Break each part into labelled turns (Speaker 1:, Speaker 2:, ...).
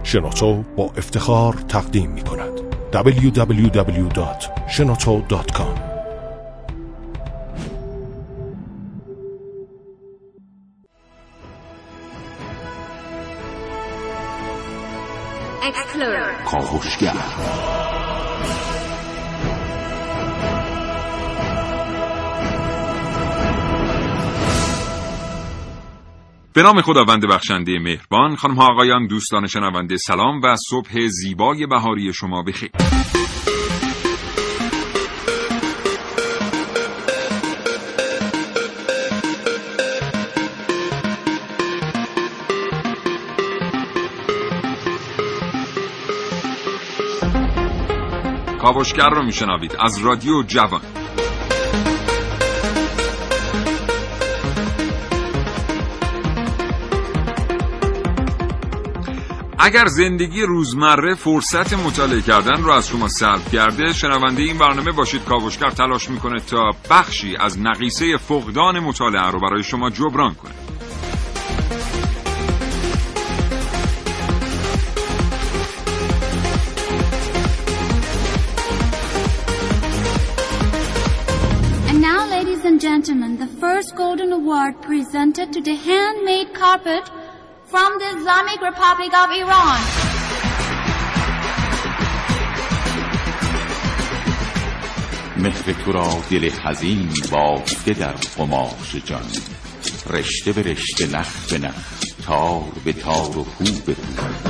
Speaker 1: شنوتو با افتخار تقدیم می کند. www.shenoto.com.
Speaker 2: کاوشگر.
Speaker 3: به نام خداوند بخشنده مهربان. خانم ها آقایان، دوستان شنونده، سلام و صبح زیبای بهاری شما بخیر. کاوشگر رو میشنوید از رادیو جوان. اگر زندگی روزمره فرصت مطالعه کردن رو از شما سلب کرده، شنونده این برنامه باشید. کاوشگر تلاش میکنه تا بخشی از نقیصه فقدان مطالعه رو برای شما جبران کنه.
Speaker 4: And now, ladies and gentlemen, the first golden award presented to the handmade carpet from the Islamic Republic of Iran.
Speaker 2: مهر تو را دل حزین بافته در قماش جان، رشته به رشته، نخ به نخ، تار به تار و هو به هو.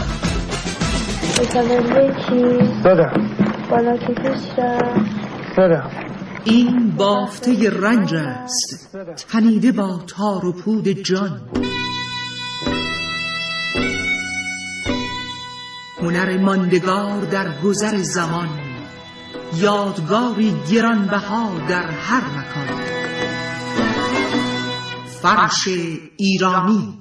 Speaker 5: این بافته رنج است تنیده با تار و پود جان. هنر ماندگار در گذر زمان، یادگاری گرانبها در هر مکان. فرش ایرانی.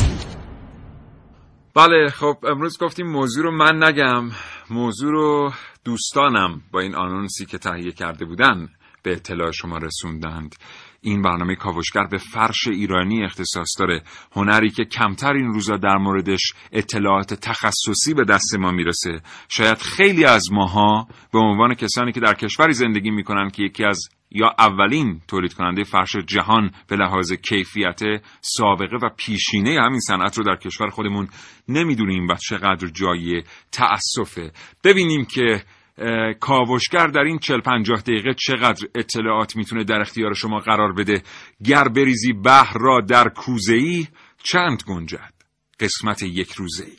Speaker 3: بله، خب امروز گفتیم موضوع رو من نگم، موضوع رو دوستانم با این آنونسی که تهیه کرده بودن به اطلاع شما رسوندند. این برنامه کاوشگر به فرش ایرانی اختصاص داره، هنری که کمتر این روزا در موردش اطلاعات تخصصی به دست ما میرسه. شاید خیلی از ماها به عنوان کسانی که در کشوری زندگی میکنن که یکی از یا اولین تولید کننده فرش جهان به لحاظ کیفیت، سابقه و پیشینه همین صنعت رو در کشور خودمون نمیدونیم و چقدر جای تأسفه. ببینیم که کاوشگر در این 40-50 دقیقه چقدر اطلاعات میتونه در اختیار شما قرار بده. گر بریزی بحر را در کوزه‌ای، چند گنجد قسمت یک روزه‌ای.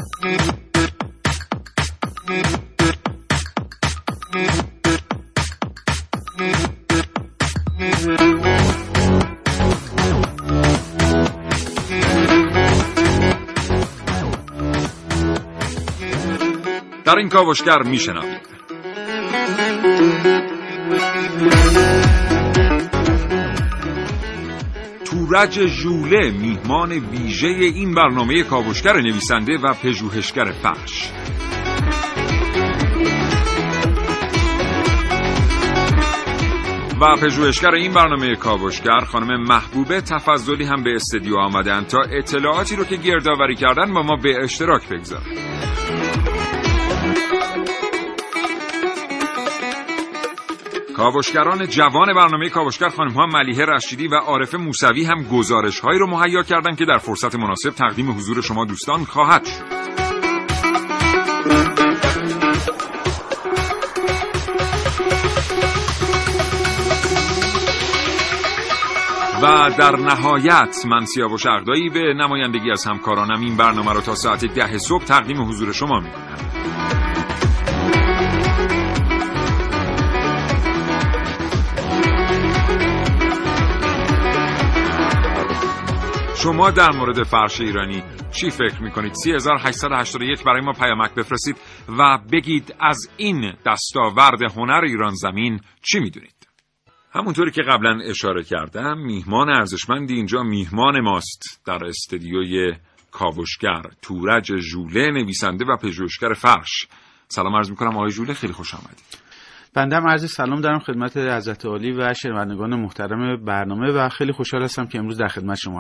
Speaker 3: در این کاوشگر میشنوید تورج ژوله، میهمان ویژه این برنامه کاوشگر، نویسنده و پژوهشگر فرش. و پژوهشگر این برنامه کاوشگر خانم محبوبه تفضلی هم به استودیو آمدن تا اطلاعاتی رو که گردآوری کردن با ما به اشتراک بگذارن. کاوشگران جوان برنامه کاوشگر خانم ها ملیحه رشیدی و عارفه موسوی هم گزارش هایی رو مهیا کردن که در فرصت مناسب تقدیم حضور شما دوستان خواهد شد. و در نهایت من سیاوش عقدایی به نمایندگی از همکارانم این برنامه رو تا ساعت 10 صبح تقدیم حضور شما می‌کنم. شما در مورد فرش ایرانی چی فکر میکنید؟ 3881 برای ما پیامک بفرستید و بگید از این دستاورد هنر ایران زمین چی میدونید. همونطوری که قبلا اشاره کردم، میهمان ارزشمندی اینجا میهمان ماست در استودیوی کاوشگر، تورج ژوله، نویسنده و پژوهشگر فرش. سلام عرض میکنم آقای ژوله، خیلی خوش آمدید.
Speaker 6: بنده هم عرض سلام دارم خدمت حضرت عالی و شنوندگان محترم برنامه و خیلی خوشحال هستم که امروز در خدمت شما هستم.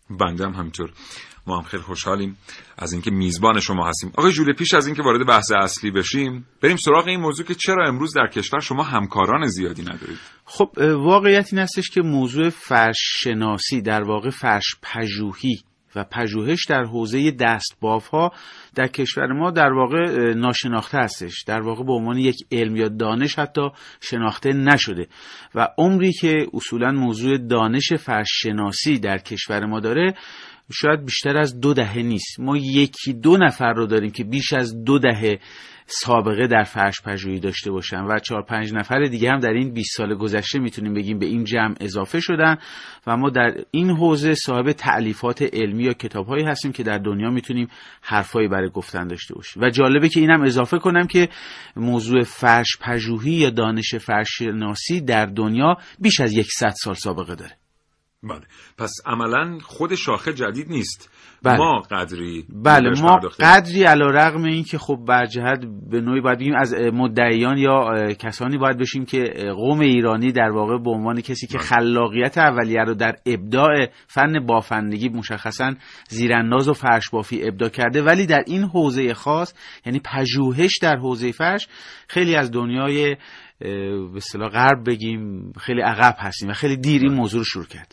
Speaker 3: بنده هم همینطور. ما هم خیلی خوشحالیم از اینکه میزبان شما هستیم. آقای ژوله، پیش از اینکه وارد بحث اصلی بشیم بریم سراغ این موضوع که چرا امروز در کشور شما همکاران زیادی ندارید.
Speaker 6: خب واقعیت این هستش که موضوع فرش شناسی، در واقع فرش پژوهی و پژوهش در حوزه دستباف‌ها در کشور ما در واقع ناشناخته هستش. در واقع به عنوان یک علم یا دانش حتی شناخته نشده و عمری که اصولا موضوع دانش فرش شناسی در کشور ما داره شاید بیشتر از 2 دهه نیست. ما 1-2 نفر رو داریم که بیش از 2 دهه سابقه در فرش پژوهی داشته باشن و 4-5 نفر دیگه هم در این 20 سال گذشته میتونیم بگیم به این جمع اضافه شدن و ما در این حوزه صاحب تألیفات علمی یا کتاب‌هایی هستیم که در دنیا میتونیم حرفایی برای گفتن داشته باشیم. و جالبه که اینم اضافه کنم که موضوع فرش پژوهی یا دانش فرش شناسی در دنیا بیش از 100 سال سابقه داره.
Speaker 3: بله، پس عملاً خود شاخه جدید نیست.
Speaker 6: بله.
Speaker 3: ما قدری
Speaker 6: علیرغم این که خب برجهت به نوعی باید بگیم از مدعیان یا کسانی باید بشیم که قوم ایرانی در واقع به عنوان کسی که خلاقیت اولیه رو در ابداع فن بافندگی مشخصاً زیرانداز و فرش بافی ابداع کرده، ولی در این حوزه خاص یعنی پژوهش در حوزه فرش خیلی از دنیای به اصطلاح غرب بگیم خیلی عقب هستیم و خیلی دیر این موضوع رو شروع کرد.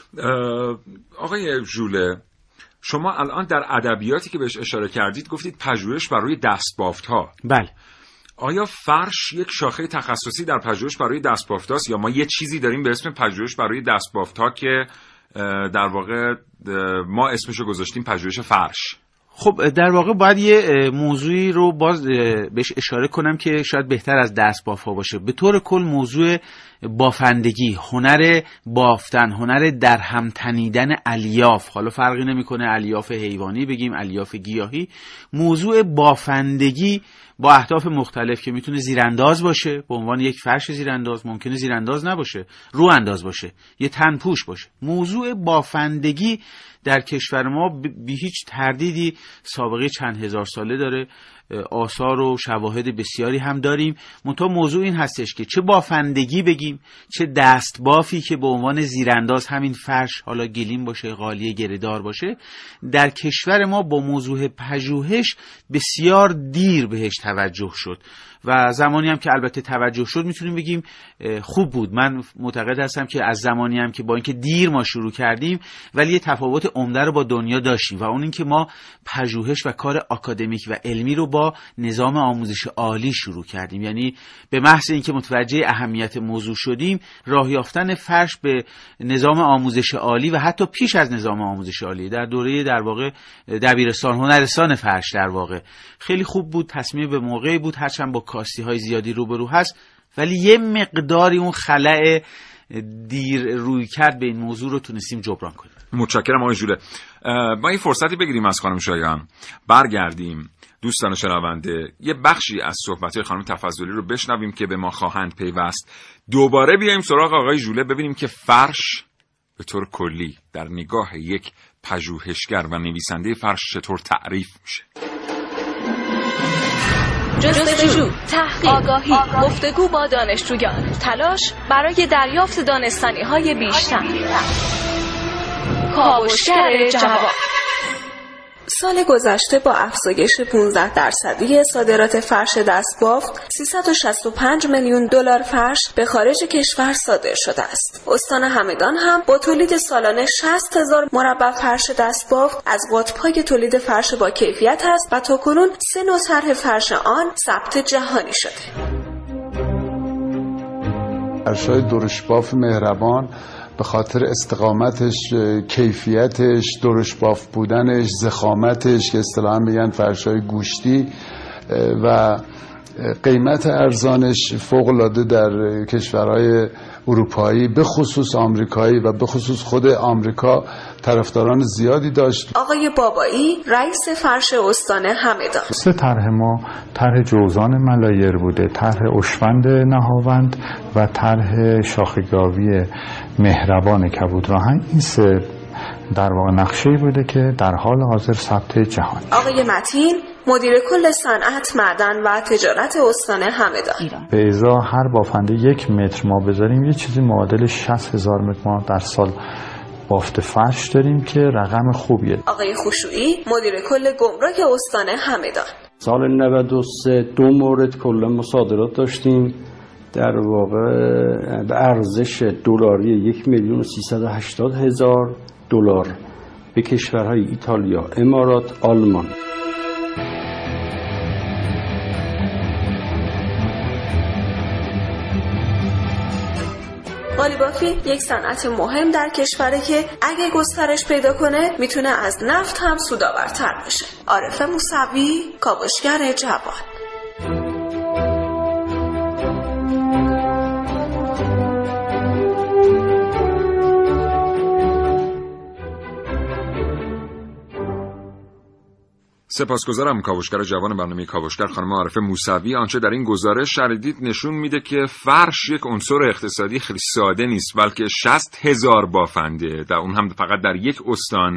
Speaker 3: آقای ژوله، شما الان در ادبیاتی که بهش اشاره کردید گفتید پژوهش بر روی دستبافت‌ها.
Speaker 6: بله.
Speaker 3: آیا فرش یک شاخه تخصصی در پژوهش بر روی دستبافت‌هاست یا ما یه چیزی داریم به اسم پژوهش بر روی دستبافت‌ها که در واقع ما اسمشو گذاشتیم پژوهش فرش؟
Speaker 6: خب در واقع باید یه موضوعی رو باز بهش اشاره کنم که شاید بهتر از دستباف‌ها باشه. به طور کل موضوع بافندگی، هنر بافتن، هنر در هم تنیدن الیاف، حالا فرقی نمی‌کنه الیاف حیوانی بگیم الیاف گیاهی، موضوع بافندگی با اهداف مختلف که میتونه زیرانداز باشه به عنوان یک فرش زیرانداز، ممکنه زیرانداز نباشه، رو انداز باشه، یه تنپوش باشه. موضوع بافندگی در کشور ما بی هیچ تردیدی سابقه چند هزار ساله داره، آثار و شواهد بسیاری هم داریم. منتها موضوع این هستش که چه بافندگی بگیم چه دستبافی که به عنوان زیرانداز همین فرش، حالا گلیم باشه قالیه گردار باشه، در کشور ما با موضوع پژوهش بسیار دیر بهش توجه شد و زمانی هم که البته توجه شد میتونیم بگیم خوب بود. من معتقد هستم که از زمانی هم که با اینکه دیر ما شروع کردیم ولی یه تفاوت عمده رو با دنیا داشتیم و اون این که ما پژوهش و کار آکادمیک و علمی رو با نظام آموزش عالی شروع کردیم. یعنی به محض اینکه متوجه اهمیت موضوع شدیم، راه یافتن فرش به نظام آموزش عالی و حتی پیش از نظام آموزش عالی در دوره در واقع دبیرستان هنرستان فرش در واقع خیلی خوب بود، تصمیم به موقعی بود، هرچند با کاستی‌های زیادی روبرو هست ولی یه مقداری اون خلأ دیر روی کرد به این موضوع رو تونستیم جبران کنیم.
Speaker 3: متشکرم آقای ژوله. ما این فرصتی بگیریم از خانم شایان، برگردیم دوستان شنونده یه بخشی از صحبت‌های خانم تفضلی رو بشنویم که به ما خواهند پیوست، دوباره بیایم سراغ آقای ژوله ببینیم که فرش به طور کلی در نگاه یک پژوهشگر و نویسنده فرش چطور تعریف میشه.
Speaker 7: جستجو، تحقیق، آگاهی، گفتگو با دانشجویان، تلاش برای دریافت دانستنی‌های بیشتر. کاوشگر جواب.
Speaker 8: سال گذشته با افزایش 15% صادرات فرش دستبافت 365 میلیون دلار فرش به خارج کشور صادر شده است. استان همدان هم با تولید سالانه 60,000 مربع فرش دستبافت از قطب‌های تولید فرش با کیفیت است و تاکنون 3 نوع طرح فرش آن ثبت جهانی شده.
Speaker 9: فرش‌های درشت‌باف مهربان به خاطر استقامتش، کیفیتش، درشت باف بودنش، ضخامتش که اصطلاحاً میگن فرش‌های گوشتی و قیمت ارزانش فوق‌العاده در کشورهای اروپایی به خصوص آمریکایی و به خصوص خود آمریکا طرفداران زیادی داشت.
Speaker 8: آقای بابایی رئیس فرش استان همدان:
Speaker 10: 3 طرح ما طرح جوزان ملایر بوده، طرح اشوند نهاوند و طرح شاخگاوی مهربان کبودراهن. این 3 در واقع نقشه‌ای بوده که در حال حاضر ثبت جهانی.
Speaker 8: آقای متین مدیر کل صنعت، معدن و تجارت استان همدان:
Speaker 10: به ازای هر بافنده 1 متر ما بذاریم یه چیزی معادل 60,000 متر ما در سال بافت فرش داریم که رقم خوبیه.
Speaker 8: آقای خشوعی مدیر کل گمرک استان همدان:
Speaker 11: سال 93 2 مورد کلا مصادرات داشتیم، در واقع به ارزش دلاری 1,380,000 دلار به کشورهای ایتالیا، امارات، آلمان.
Speaker 8: قالیبافی یک صنعت مهم در کشوره که اگه گسترش پیدا کنه میتونه از نفت هم سودآورتر بشه. عارف موسوی، کاوشگر جوان.
Speaker 3: سپاسگزارم. کاوشگر جوان برنامه کاوشگر خانم عارفه موسوی. آنچه در این گزارش شنیدید نشون میده که فرش یک عنصر اقتصادی خیلی ساده نیست، بلکه 60,000 بافنده در اون هم فقط در یک استان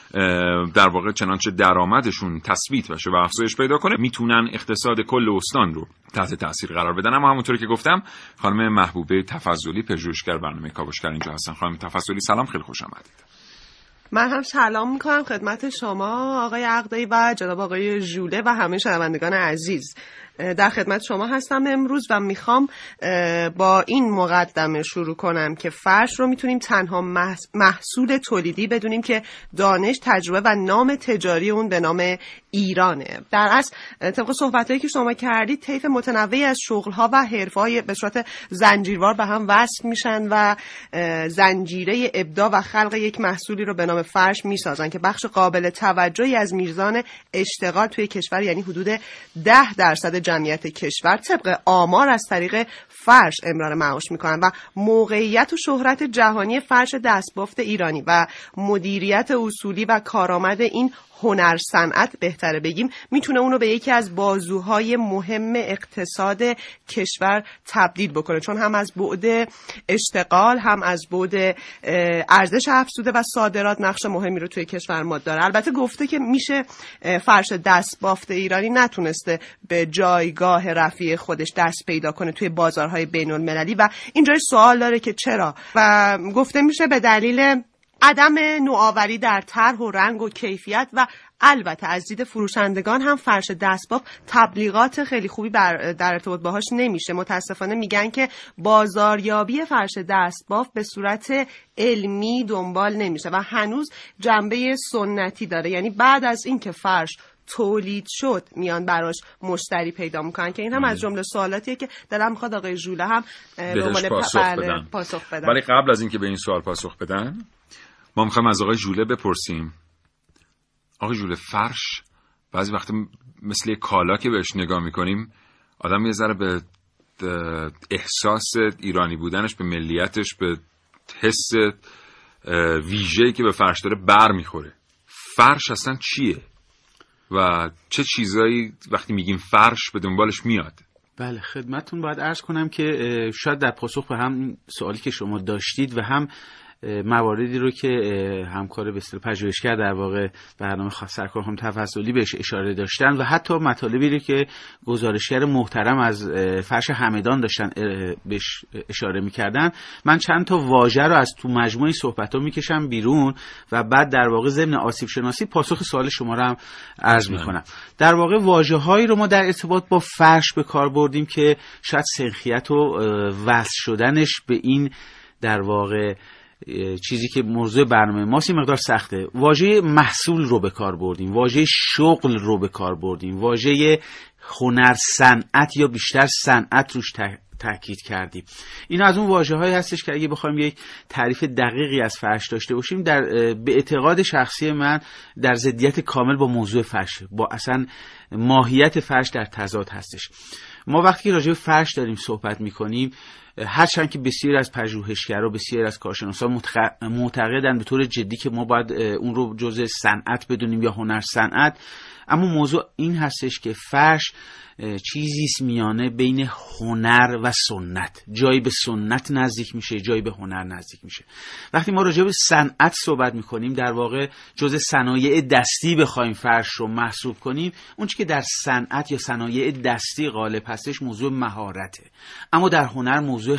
Speaker 3: در واقع چنانچه درآمدشون تثبیت بشه و افزایش پیدا کنه میتونن اقتصاد کل استان رو تحت تاثیر قرار بدن. اما همونطوری که گفتم خانم محبوبه تفضلی پژوهشگر برنامه کاوشگر اینجا هستن. خانم تفضلی سلام، خیلی خوش آمدید.
Speaker 12: من هم سلام میکنم خدمت شما آقای عقدایی و جناب آقای ژوله و همه شنوندگان عزیز. در خدمت شما هستم امروز و میخوام با این مقدمه شروع کنم که فرش رو میتونیم تنها محصول تولیدی بدونیم که دانش، تجربه و نام تجاری اون به نام ایرانه. در اصل طبق صحبتایی که شما کردید طیف متنوعی از شغل‌ها و حرفه‌های به صورت زنجیروار به هم وصل میشن و زنجیره ابداع و خلق یک محصولی رو به نام فرش میسازن که بخش قابل توجهی از میزان اشتغال توی کشور، یعنی حدود 10% جمعیت کشور، طبق آمار از طریق فرش امرار معاش میکنن و موقعیت و شهرت جهانی فرش دستبافت ایرانی و مدیریت اصولی و کارآمد این هنر صنعت بهتره بگیم میتونه اونو به یکی از بازوهای مهم اقتصاد کشور تبدیل بکنه، چون هم از بعد اشتغال هم از بعد ارزش افزوده و صادرات نقش مهمی رو توی کشور ما داره. البته گفته که میشه فرش دستبافت ایرانی نتونسته به جایگاه رفیع خودش دست پیدا کنه توی بازارهای بین المللی و اینجای سوال داره که چرا، و گفته میشه به دلیل عدم نوآوری در طرح و رنگ و کیفیت و البته از دید فروشندگان هم فرش دستبافت تبلیغات خیلی خوبی در ارتباط باهاش نمیشه. متاسفانه میگن که بازاریابی فرش دستبافت به صورت علمی دنبال نمیشه و هنوز جنبه سنتی داره، یعنی بعد از اینکه فرش تولید شد میان براش مشتری پیدا میکنن که این هم از جمله سوالاتیه که دلم میخواد آقای ژوله هم پاسخ بدن.
Speaker 3: ولی قبل از اینکه به این سوال پاسخ بدن ما میخوایم از آقای ژوله بپرسیم. آقای ژوله، فرش بعضی وقت مثل یک کالا که بهش نگاه میکنیم آدم یه ذره به احساس ایرانی بودنش، به ملیتش، به حس ویژه‌ای که به فرش داره بر میخوره. فرش اصلا چیه و چه چیزایی وقتی میگیم فرش به دنبالش میاد؟
Speaker 6: بله، خدمتتون باید عرض کنم که شاید در پاسخ به هم سوالی که شما داشتید و هم مواردی رو که همکار به اصطلاح پژوهشگر در واقع برنامه سرکار خانم تفضلی بهش اشاره داشتن و حتی مطالبی رو که گزارشگر محترم از فرش همدان داشتن بهش اشاره می‌کردن، من چند تا واژه رو از تو مجموعه صحبت‌ها می‌کشم بیرون و بعد در واقع ضمن آسیب شناسی پاسخ سوال شما رو هم عرض می‌کنم. در واقع واژه‌هایی رو ما در ارتباط با فرش به کار بردیم که شاید سنخیت و وصل شدنش به این در واقع چیزی که موضوع برنامه ماست این مقدار سخته. واژه محصول رو به کار بردیم، واژه شغل رو به کار بردیم، واژه هنر صنعت یا بیشتر صنعت روش تاکید کردیم. این از اون واژه‌هایی هستش که اگه بخوایم یک تعریف دقیقی از فرش داشته باشیم به اعتقاد شخصی من در ضدیت کامل با موضوع فرش، با اصلا ماهیت فرش در تضاد هستش. ما وقتی راجع به فرش داریم صحبت می‌کنیم، هرچند که بسیاری از پژوهشگرا، بسیاری از کارشناسان معتقدن به طور جدی که ما باید اون رو جزء صنعت بدونیم یا هنر صنعت، اما موضوع این هستش که فرش چیزی است میانه بین هنر و سنت، جایی به سنت نزدیک میشه، جایی به هنر نزدیک میشه. وقتی ما راجع به صنعت صحبت میکنیم، در واقع جزء صنایع دستی بخوایم فرش رو محسوب کنیم، اون چیزی که در صنعت یا صنایع دستی غالب هستش موضوع مهارته، اما در هنر موضوع موضوع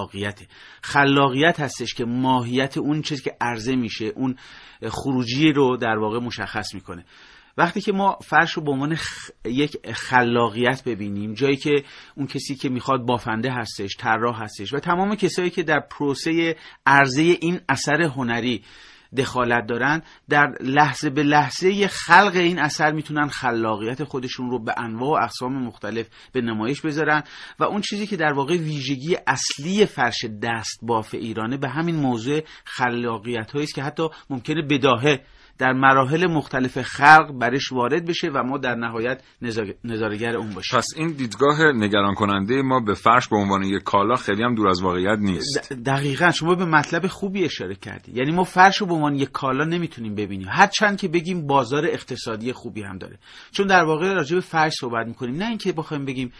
Speaker 6: خلاقیت هستش که ماهیت اون چیزی که عرضه میشه، اون خروجی رو در واقع مشخص میکنه. وقتی که ما فرش رو به عنوان یک خلاقیت ببینیم، جایی که اون کسی که میخواد بافنده هستش، طراح هستش و تمام کسایی که در پروسه عرضه این اثر هنری دخالت دارن، در لحظه به لحظه خلق این اثر میتونن خلاقیت خودشون رو به انواع و اقسام مختلف به نمایش بذارن و اون چیزی که در واقع ویژگی اصلی فرش دست باف ایرانه به همین موضوع خلاقیت هایی است که حتی ممکنه بداهه در مراحل مختلف خلق برش وارد بشه و ما در نهایت نظاره‌گر اون باشیم.
Speaker 3: پس این دیدگاه نگران کننده ما به فرش به عنوان یک کالا خیلی هم دور از واقعیت نیست.
Speaker 6: دقیقاً شما به مطلب خوبی اشاره کردی. یعنی ما فرش رو به عنوان یک کالا نمیتونیم ببینیم، هرچند که بگیم بازار اقتصادی خوبی هم داره، چون در واقع راجع به فرش صحبت میکنیم، نه اینکه بخوایم بگیم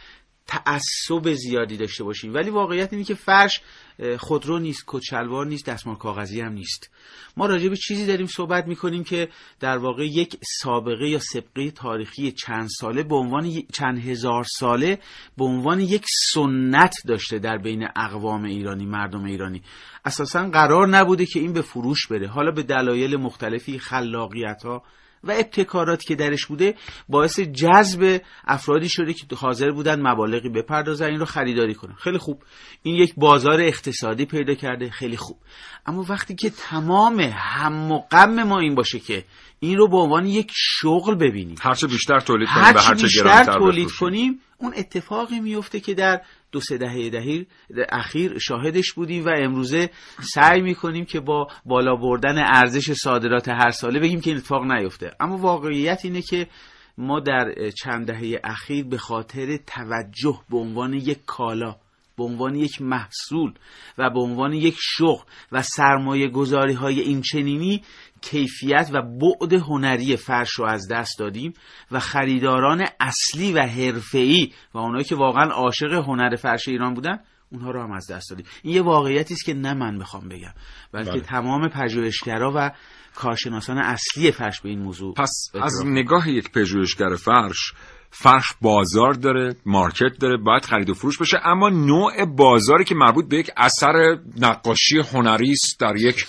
Speaker 6: تعصب زیادی داشته باشیم، ولی واقعیت اینه که فرش خودرو نیست، کت‌شلوار نیست، دستمال کاغذی هم نیست. ما راجع به چیزی داریم صحبت میکنیم که در واقع یک سابقه یا سابقه تاریخی چند ساله به عنوان چند هزار ساله به عنوان یک سنت داشته در بین اقوام ایرانی، مردم ایرانی. اساساً قرار نبوده که این به فروش بره، حالا به دلایل مختلفی، خلاقیت‌ها و ابتکاراتی که درش بوده باعث جذب افرادی شده که حاضر بودن مبالغی بپردازن این رو خریداری کنن. خیلی خوب، این یک بازار اقتصادی پیدا کرده، خیلی خوب. اما وقتی که تمام هم و غم ما این باشه که این رو به عنوان یک شغل ببینیم،
Speaker 3: هرچه بیشتر تولید کنیم و هرچه گرانتر
Speaker 6: تولید کنیم، اون اتفاقی میفته که در 2-3 دهه اخیر شاهدش بودیم و امروزه سعی میکنیم که با بالا بردن ارزش صادرات هر ساله بگیم که این اتفاق نیفته. اما واقعیت اینه که ما در چند دهه اخیر به خاطر توجه به عنوان یک کالا، به عنوان یک محصول و به عنوان یک شغل و سرمایه گذاری های این چنینی کیفیت و بعد هنری فرش رو از دست دادیم و خریداران اصلی و حرفه‌ای و اونایی که واقعا عاشق هنر فرش ایران بودن اونها رو هم از دست دادیم. این یه واقعیتی است که نه من بخوام بگم، بلکه تمام پژوهشگرا و کارشناسان اصلی فرش به این موضوع.
Speaker 3: پس از نگاه یک پژوهشگر فرش بازار داره، مارکت داره، باید خرید و فروش بشه، اما نوع بازاری که مربوط به یک اثر نقاشی هنری است در یک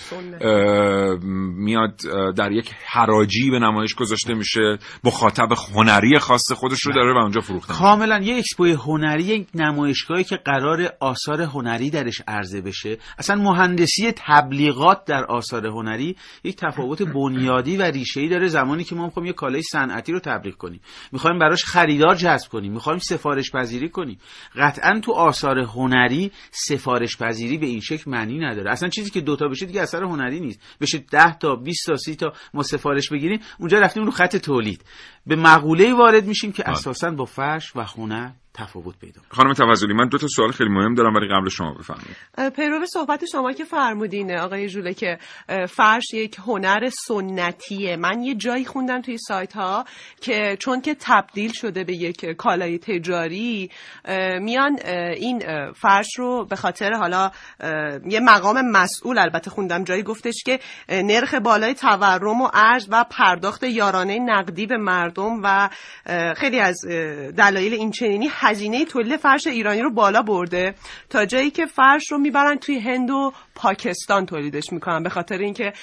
Speaker 3: میاد در یک حراجی به نمایش گذاشته میشه، مخاطب هنری خاص خودش رو داره و اونجا فروخته.
Speaker 6: کاملا یه اکسپوی هنری، یک نمایشگاهی که قرار آثار هنری درش عرضه بشه. اصلا مهندسی تبلیغات در آثار هنری یک تفاوت بنیادی و ریشه‌ای داره. زمانی که ما می‌خوایم یه کالای صنعتی رو تبلیغ کنیم، می‌خوایم براش خریدار جذب کنیم، میخوایم سفارش پذیری کنیم، قطعا تو آثار هنری سفارش پذیری به این شکل معنی نداره. اصلا چیزی که دوتا بشه دیگه اثر هنری نیست. بشه 10 تا 20 تا 30 تا ما سفارش بگیریم، اونجا رفتیم رو خط تولید، به مقوله‌ای وارد میشیم که اساسا با فرش و هنر تفاوت پیدا.
Speaker 3: خانم توسلی، من 2 تا سوال خیلی مهم دارم ولی قبل شما بفرمایید.
Speaker 12: پیرو صحبت شما که فرمودین آقای ژوله که فرش یک هنر سنتیه، من یه جایی خوندم توی سایت ها که چون که تبدیل شده به یک کالای تجاری، میان این فرش رو به خاطر حالا یه مقام مسئول، البته خوندم جایی گفتش که نرخ بالای تورم و ارز و پرداخت یارانه نقدی به مردم و خیلی از دلایل این چنینی هزینه تولید فرش ایرانی رو بالا برده تا جایی که فرش رو میبرن توی هند و پاکستان تولیدش میکنن، به خاطر اینکه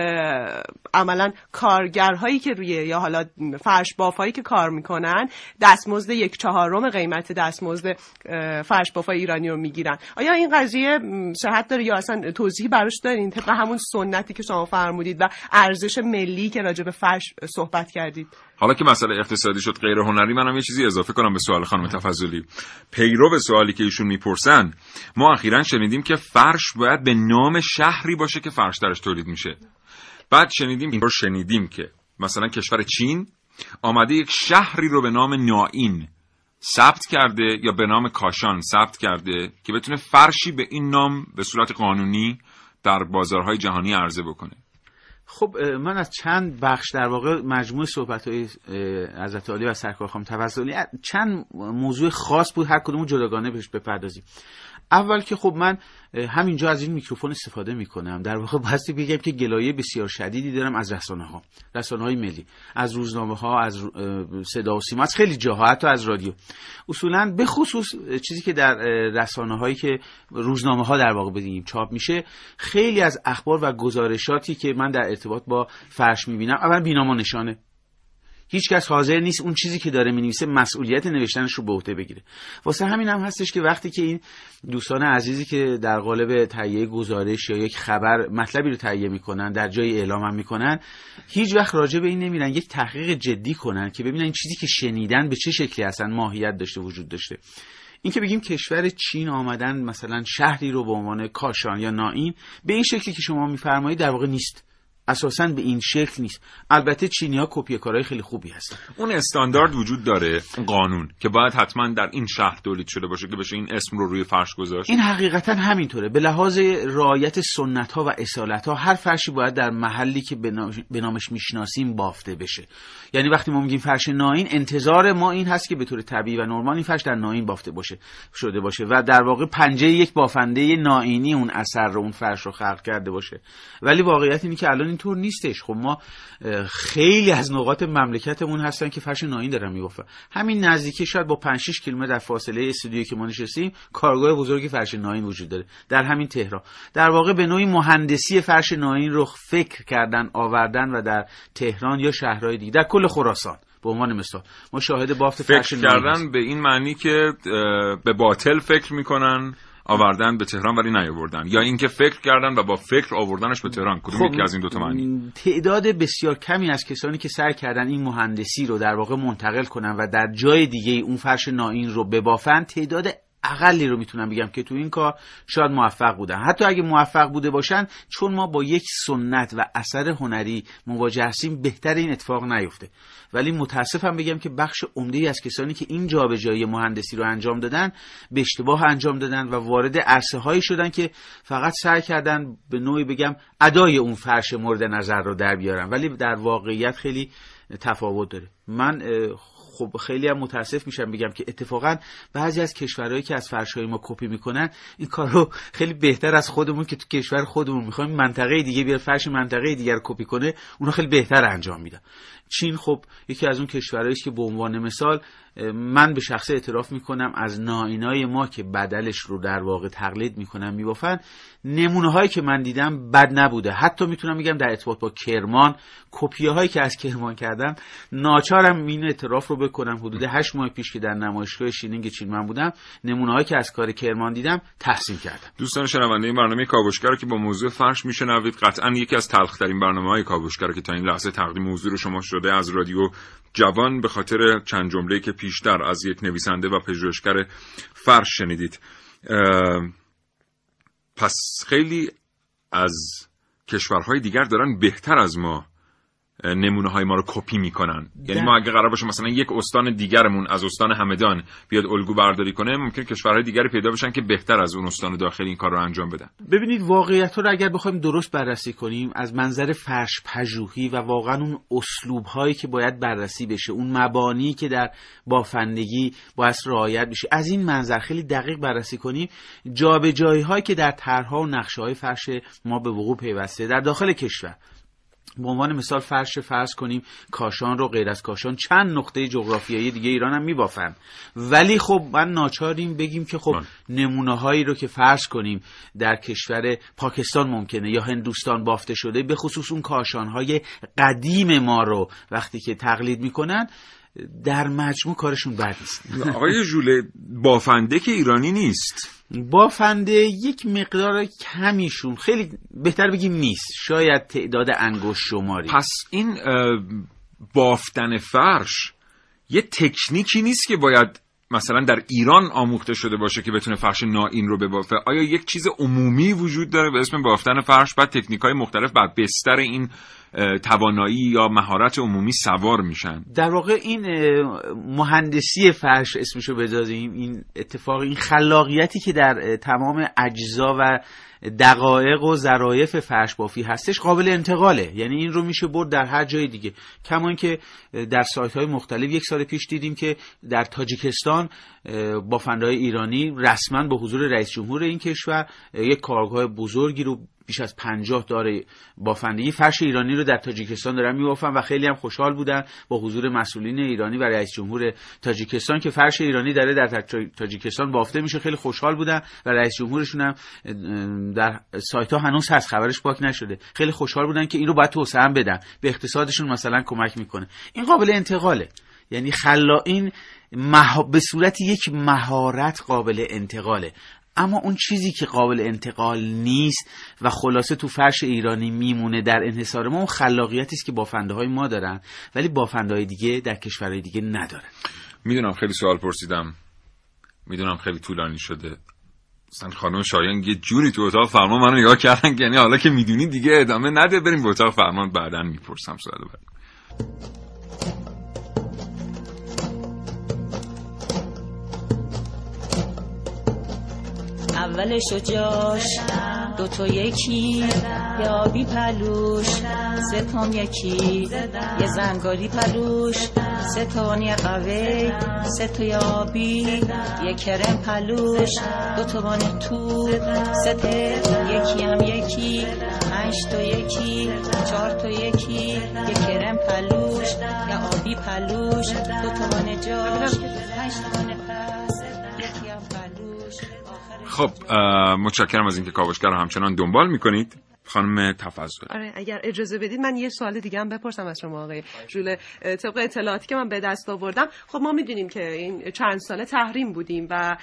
Speaker 12: عملا کارگرهایی که روی یا حالا فرش بافایی که کار میکنن دستمزد 1/4 قیمت دستمزد فرش بافای ایرانی رو میگیرن. آیا این قضیه صحت داره یا اصلا توضیحی براش دارین طبق همون سنتی که شما فرمودید و ارزش ملی که راجع به فرش صحبت کردید؟
Speaker 3: حالا که مسئله اقتصادی شد غیر هنری، منم یه چیزی اضافه کنم به سوال خانم تفضلی. پیرو به سوالی که ایشون میپرسن، ما اخیراً شنیدیم که فرش باید به نام شهری باشه که فرش درش تولید میشه. بعد شنیدیم که مثلا کشور چین آمده یک شهری رو به نام نائین ثبت کرده یا به نام کاشان ثبت کرده که بتونه فرشی به این نام به صورت قانونی در بازارهای جهانی عرضه بکنه.
Speaker 6: خب من از چند بخش در واقع مجموع صحبت‌های حضرت عالی و سرکار خانم توسلی چند موضوع خاص بود، هر کدوم جداگانه بهش بپردازیم. اول که خب من همینجا از این میکروفون استفاده میکنم، در واقع باستی بگم که گلایه بسیار شدیدی دارم از رسانه‌های ملی، از روزنامه‌ها، از صدا و سیما، از خیلی جاها، حتی از رادیو. اصولاً به خصوص چیزی که در رسانه‌هایی که روزنامه‌ها در واقع بگیم چاپ میشه، خیلی از اخبار و گزارشاتی که من در ارتباط با فرش میبینم اول بینام و نشانه. هیچ کس حاضر نیست اون چیزی که داره مینویسه مسئولیت نوشتنش رو به عهده بگیره. واسه همین هم هستش که وقتی که این دوستان عزیزی که در قالب تهیه گزارش یا یک خبر مطلبی رو تهیه میکنن، در جای اعلام هم میکنن، هیچ وقت راجع به این نمیرن یک تحقیق جدی کنن که ببینن این چیزی که شنیدن به چه شکلی اصلا ماهیت داشته، وجود داشته. این که بگیم کشور چین آمدن مثلا شهری رو به عنوان کاشان یا نائین به این شکلی که شما میفرمایید در واقع نیست. اساساً به این شکل نیست. البته چینی‌ها کپی کارهای خیلی خوبی هستن.
Speaker 3: اون استاندارد وجود داره، اون قانون که باید حتما در این شهر تولید شده باشه که بشه این اسم رو روی فرش گذاشت.
Speaker 6: این حقیقتاً همینطوره. به لحاظ رعایت سنت‌ها و اصالت‌ها هر فرشی باید در محلی که به نامش میشناسیم بافته بشه. یعنی وقتی ما میگیم فرش نائین، انتظار ما این هست که به طور طبیعی و نرمال این فرش در نائین بافته شده باشه و در واقع پنجه یک بافنده نائینی اون اثر رو، اون فرش رو خلق کرده باشه. ولی واقعیت اینه که الان اینطور نیستش. خب ما خیلی از نقاط مملکتمون هستن که فرش نائین دارن میبافن. همین نزدیکی شاید با 5-6 کیلومتر در فاصله استودیویی که ما نشستیم کارگاه بزرگی فرش نائین وجود داره در همین تهران. در واقع به نوعی مهندسی فرش نائین رو فکر کردن، آوردن و در تهران یا شهرهای دیگه، در کل خراسان به عنوان مثال ما شاهد بافت فرش نائین
Speaker 3: کردن به این معنی که به باطل فکر میکنن آوردن به تهران ولی نیاوردن، یا اینکه فکر کردن و با فکر آوردنش به تهران. کدوم یکی از این دو تا معنی؟
Speaker 6: تعداد بسیار کمی از کسانی که سعی کردن این مهندسی رو در واقع منتقل کنن و در جای دیگه اون فرش نائین رو ببافن، تعداد اقلی رو میتونم بگم که تو این کار شاید موفق بودن. حتی اگه موفق بوده باشن، چون ما با یک سنت و اثر هنری مواجه هستیم، بهتر این اتفاق نیفته. ولی متاسفم بگم که بخش عمده‌ای از کسانی که این جابجایی مهندسی رو انجام دادن به اشتباه انجام دادن و وارد عرصه‌هایی شدن که فقط سعی کردن به نوعی بگم ادای اون فرش مورد نظر رو در بیارن، ولی در واقعیت خیلی تفاوت داره. من خب خیلی هم متاسف میشم بگم که اتفاقا بعضی از کشورهایی که از فرش‌های ما کپی میکنن این کارو خیلی بهتر از خودمون که تو کشور خودمون میخوایم منطقه دیگه بیاره فرش منطقه دیگه رو کپی کنه، اونها خیلی بهتر انجام میدن. چین خب یکی از اون کشورهایی است که به عنوان مثال من به شخصه اعتراف میکنم از نائینای ما که بدلش رو در واقع تقلید میکنن میبافن، نمونه هایی که من دیدم بد نبوده. حتی میتونم بگم در ارتباط با کرمان، کپی هایی که از کرمان کردم، ناچارم این اعتراف رو بکنم حدود 8 ماه پیش که در نمایشگاه شینینگ چین من بودم، نمونه هایی که از کار کرمان دیدم تحسین کردم.
Speaker 3: دوستان شنونده این برنامه کاوشگر که با موضوع فرش میشنوید، قطعا یکی از تلخ ترین برنامه‌های کاوشگر که تا این لحظه تقدیم موضوع رو شما شده از رادیو جوان، به خاطر چند جمله‌ای که پیشتر از یک نویسنده و پژوهشگر فرش شنیدید. پس خیلی از کشورهای دیگر دارن بهتر از ما نمونه های ما رو کپی میکنن. یعنی ما اگه قرار باشه مثلا یک استان دیگرمون از استان همدان بیاد الگو برداری کنه، ممکن کشورهای دیگری پیدا بشن که بهتر از اون استان داخلی این کار رو انجام بدن.
Speaker 6: ببینید واقعیت رو اگر بخوایم درست بررسی کنیم از منظر فرش پژوهی و واقعا اون اسلوب هایی که باید بررسی بشه، اون مبانی که در بافندگی باید رعایت بشه، از این منظر خیلی دقیق بررسی کنیم، جابجایی هایی که در طرح‌ها و نقشه‌های فرش ما به وقوع پیوسته در داخل کشور، به عنوان مثال فرض کنیم کاشان رو غیر از کاشان چند نقطه جغرافیایی دیگه ایران هم میبافن، ولی خب من ناچاریم بگیم که خب نمونه هایی رو که فرض کنیم در کشور پاکستان ممکنه یا هندوستان بافته شده، به خصوص اون کاشان های قدیم ما رو وقتی که تقلید میکنن، در مجموع کارشون بد نیست.
Speaker 3: آقای ژوله، بافنده که ایرانی نیست،
Speaker 6: بافنده یک مقدار کمیشون، خیلی بهتر بگیم نیست، شاید تعداد انگشت شماری.
Speaker 3: پس این بافتن فرش یه تکنیکی نیست که باید مثلا در ایران آموخته شده باشه که بتونه فرش نائین رو ببافه. آیا یک چیز عمومی وجود داره به اسم بافتن فرش، بعد تکنیک‌های مختلف، بعد بستر این توانایی یا مهارت عمومی سوار میشن.
Speaker 6: در واقع این مهندسی فرش اسمشو بذاریم، این اتفاق، این خلاقیتی که در تمام اجزا و دقایق و ظرایف فرش بافی هستش قابل انتقاله. یعنی این رو میشه برد در هر جای دیگه. کما اینکه در سایت‌های مختلف یک سال پیش دیدیم که در تاجیکستان بافنده‌های ایرانی رسما به حضور رئیس جمهور این کشور یک کارگاه بزرگی رو بیش از 50 داره بافندگی فرش ایرانی رو در تاجیکستان دارن میبافن و خیلی هم خوشحال بودن با حضور مسئولین ایرانی و رئیس جمهور تاجیکستان که فرش ایرانی داره در تاجیکستان بافته میشه. خیلی خوشحال بودن و رئیس جمهورشون هم در سایت ها هنوز هست، خبرش پاک نشده، خیلی خوشحال بودن که این رو باید توسعه بدن، به اقتصادشون مثلا کمک میکنه. این قابل انتقاله، یعنی این به صورت یک مهارت قابل انتقاله. اما اون چیزی که قابل انتقال نیست و خلاصه تو فرش ایرانی میمونه در انحصار ما، اون خلاقیتی است که بافنده‌های ما دارن ولی بافنده‌های دیگه در کشورهای دیگه ندارن.
Speaker 3: میدونم خیلی سوال پرسیدم، میدونم خیلی طولانی شده. مثلا خانم شایان یه جوری تو اتاق فرمان منو نگاه کردن که یعنی حالا که میدونی دیگه ادامه نده، بریم به اتاق فرمان، بعداً میپرسم سوالو.
Speaker 13: اولش و جاش دو تا یکی، یه آبی پلوش، سه تام یکی، یه زنگاری پلوش، سه تا وانی قهوه، سه تا آبی، یه کرم پلوش، دو تا وانی تو، سه تا یکی هم یکی، 5 تا یکی، 4 تا یکی، یه کرم پلوش، یه آبی پلوش، دو تا وانی جاش، 5 تا وانی پس، یکی هم پلوش.
Speaker 3: خب متشکرم از اینکه کاوشگر رو همچنان دنبال میکنید. خانم تفضل.
Speaker 12: آره اگر اجازه بدید من یه سوال دیگه هم بپرسم از شما آقای ژوله. طبق اطلاعاتی که من به دست آوردم، خب ما میدونیم که این چند ساله تحریم بودیم و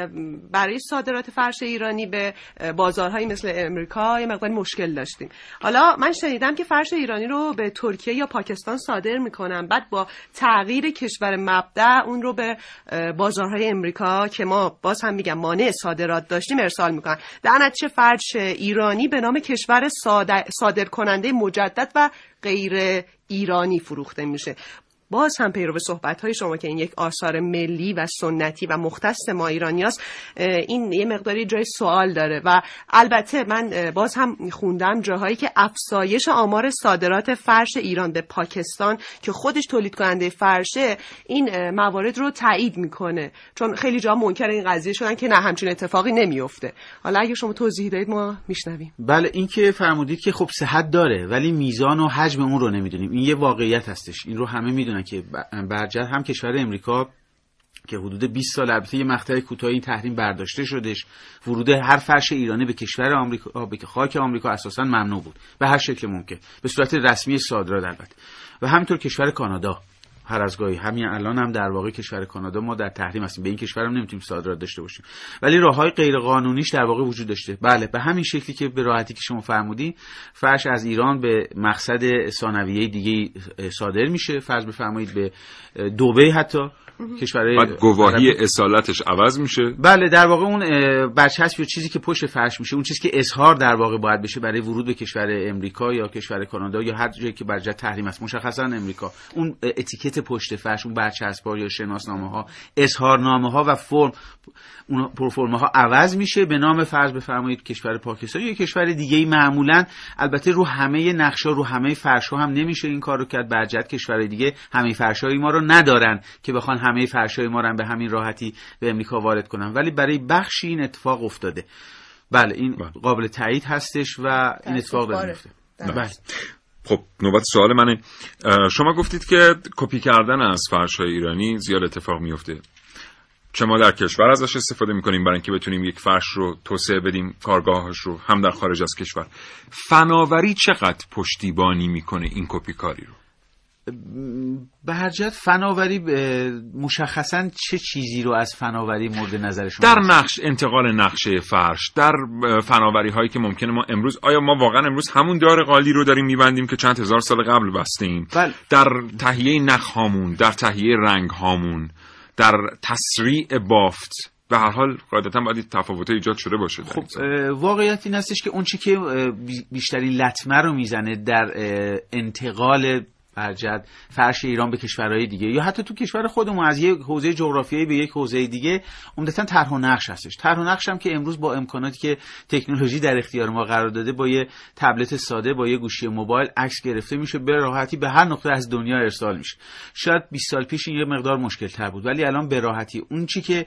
Speaker 12: برای صادرات فرش ایرانی به بازارهایی مثل امریکا یه مقدار مشکل داشتیم. حالا من شنیدم که فرش ایرانی رو به ترکیه یا پاکستان صادر میکنن، بعد با تغییر کشور مبدأ اون رو به بازارهای امریکا که ما باز هم میگم مانع صادرات داشتیم ارسال میکنن. در نتیجه فرش ایرانی به نام کشور صادر کننده مجدد و غیر ایرانی فروخته میشه. باز هم پیرو صحبت‌های شما که این یک آثار ملی و سنتی و مختص ما ایرانیاست، این یه مقداری جای سوال داره. و البته من باز هم خوندم جاهایی که افزایش آمار صادرات فرش ایران به پاکستان که خودش تولید کننده فرشه این موارد رو تایید میکنه، چون خیلی جا منکر این قضیه شدن که نه همچین اتفاقی نمیفته. حالا اگه شما توضیح دادید ما میشنویم.
Speaker 6: بله این که فرمودید که خب صحت داره ولی میزان و حجم اون رو نمیدونیم، این یه واقعیت هستش، این رو همه میدونن که برجر هم کشور امریکا که حدود 20 سال البته یه مقطع کوتاهی تحریم برداشته شدش، ورود هر فرش ایرانی به کشور آمریکا به خاک آمریکا اساسا ممنوع بود به هر شکل ممکن، به صورت رسمی صادرات البته. و همینطور کشور کانادا هر از گاهی، همین الان هم در واقع کشور کانادا ما در تحریم هستیم، به این کشور هم نمیتونیم صادرات داشته باشیم، ولی راههای غیر قانونیش در واقع وجود داشته. بله به همین شکلی که به راحتی که شما فرمودی فرش از ایران به مقصد ثانویه دیگه صادر میشه، فرض بفرمایید به دبی حتی کشورهای،
Speaker 3: بعد گواهی اصالتش عوض میشه.
Speaker 6: بله در واقع اون برچسب یا چیزی که پشت فرش میشه، اون چیزی که اظهار در واقع باید بشه برای ورود به کشور امریکا یا کشور کانادا یا هر جایی که برجا تحریم است، مشخصا امریکا، اون اتیکت پشت فرش، اون برچسب‌ها یا شناسنامه‌ها، اظهارنامه‌ها و فرم، اون پرفرم‌ها عوض میشه به نام فرض بفرمایید کشور پاکستان یا کشور دیگه‌ای. معمولاً البته رو همه نقشا رو همه فرش‌ها هم نمیشه این کارو کرد، برجت کشورهای دیگه همه فرش‌های ما رو ندارن که بخوان همه فرش‌های ما رو به همین راحتی به امریکا وارد کنن، ولی برای بخشی این اتفاق افتاده. بله این قابل تایید هستش و این اتفاق داره میفته. بله.
Speaker 3: خب نوبت سوال منه. شما گفتید که کپی کردن از فرش‌های ایرانی زیاد اتفاق میفته. چه ما در کشور ازش استفاده میکنیم برای اینکه بتونیم یک فرش رو توسعه بدیم، کارگاهش رو، هم در خارج از کشور. فناوری چقدر پشتیبانی میکنه این کپی کاری رو؟
Speaker 6: به هر جهت فناوری مشخصاً چه چیزی رو از فناوری مورد نظر شما
Speaker 3: در نقش انتقال نقشه فرش، در فناوری هایی که ممکنه ما امروز، آیا ما واقعا امروز همون دار قالی رو داریم میبندیم که چند هزار سال قبل بستیم؟ در تهیه نخ هامون، در تهیه رنگ هامون، در تسریع بافت به هر حال قاعدتا باید تفاوت‌ها ایجاد شده باشه.
Speaker 6: خب واقعیت این هستش که اون چی که بیشترین لطمه رو میزنه در انتقال برجد فرش ایران به کشورهای دیگه یا حتی تو کشور خودمون از یک حوزه جغرافیایی به یک حوزه دیگه عمدتاً طرح و نقش هستش. طرح و نقش هم که امروز با امکاناتی که تکنولوژی در اختیار ما قرار داده، با یه تبلت ساده، با یه گوشی موبایل عکس گرفته میشه، به راحتی به هر نقطه از دنیا ارسال میشه. شاید 20 سال پیش این یه مقدار مشکل تر بود، ولی الان به راحتی اون چی که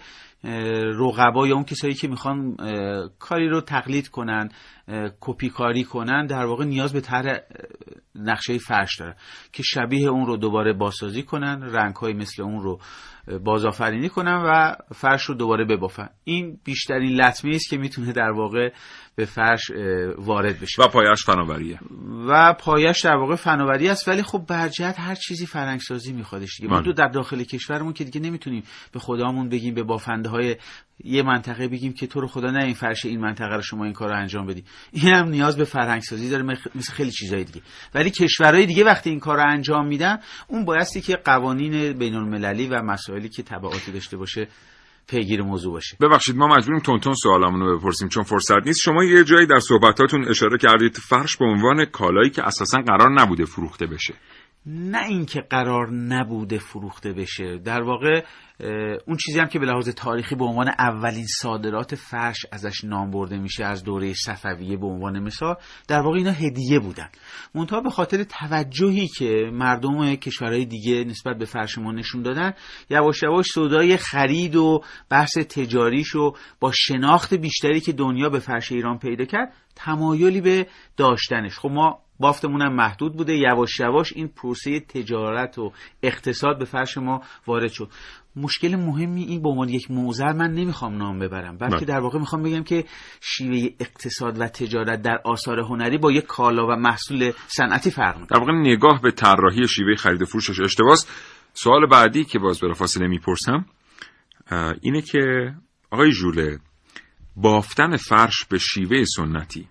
Speaker 6: رقبا یا اون کسایی که میخوان کاری رو تقلید کنن، کپی کاری کنن، در واقع نیاز به طرح نقشه فرش داره که شبیه اون رو دوباره بازسازی کنن، رنگ‌های مثل اون رو بازآفرینی کنن و فرش رو دوباره ببافن. این بیشترین لطمه است که میتونه در واقع به فرش وارد بشه
Speaker 3: و پایش فناوریه
Speaker 6: و پایش در واقع فناوری است. ولی خب برجت هر چیزی فرهنگسازی میخوادش دیگه. ما در داخل کشورمون که دیگه نمیتونیم به خدامون بگیم، به بافنده های یه منطقه بگیم که تو رو خدا نه این فرش این منطقه رو شما این کارو انجام بدی. این هم نیاز به فرهنگسازی داره مثل خیلی چیزای دیگه. ولی کشورهای دیگه وقتی این کارو انجام میدن، اون بایستی که قوانین بین‌المللی و مسائلی که تبعاتی داشته باشه پیگیر موضوع باشه.
Speaker 3: ببخشید ما مجبوریم تون سوالامون رو بپرسیم چون فرصت نیست. شما یه جایی در صحبتاتون اشاره کردید فرش به عنوان کالایی که اساساً قرار نبوده فروخته بشه.
Speaker 6: نه اینکه قرار نبوده فروخته بشه، در واقع اون چیزی هم که به لحاظ تاریخی به عنوان اولین صادرات فرش ازش نام برده میشه از دوره صفویه به عنوان مثال، در واقع اینا هدیه بودن. منتها به خاطر توجهی که مردم کشورهای دیگه نسبت به فرش ما نشون دادن، یواش یواش سودای خرید و بحث تجاریشو با شناخت بیشتری که دنیا به فرش ایران پیدا کرد، تمایلی به داشتنش. خب ما بافتمون هم محدود بوده، یواش یواش این پروسه تجارت و اقتصاد به فرش ما وارد شد. مشکل مهمی این به عنوان یک موضوع من نمیخوام نام ببرم، بلکه در واقع میخوام بگم که شیوه اقتصاد و تجارت در آثار هنری با یک کالا و محصول صنعتی فرق میکنه.
Speaker 3: در واقع نگاه به طراحی شیوه خرید و فروشش اشتباهه. سوال بعدی که باز بلافاصله میپرسم اینه که آقای ژوله، بافتن فرش به شیوه سنتی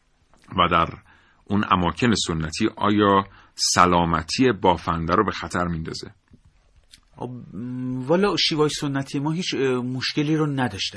Speaker 3: و در اون اماکن سنتی آیا سلامتی بافنده رو به خطر میندازه؟
Speaker 6: والا شیوه سنتی ما هیچ مشکلی رو نداشته،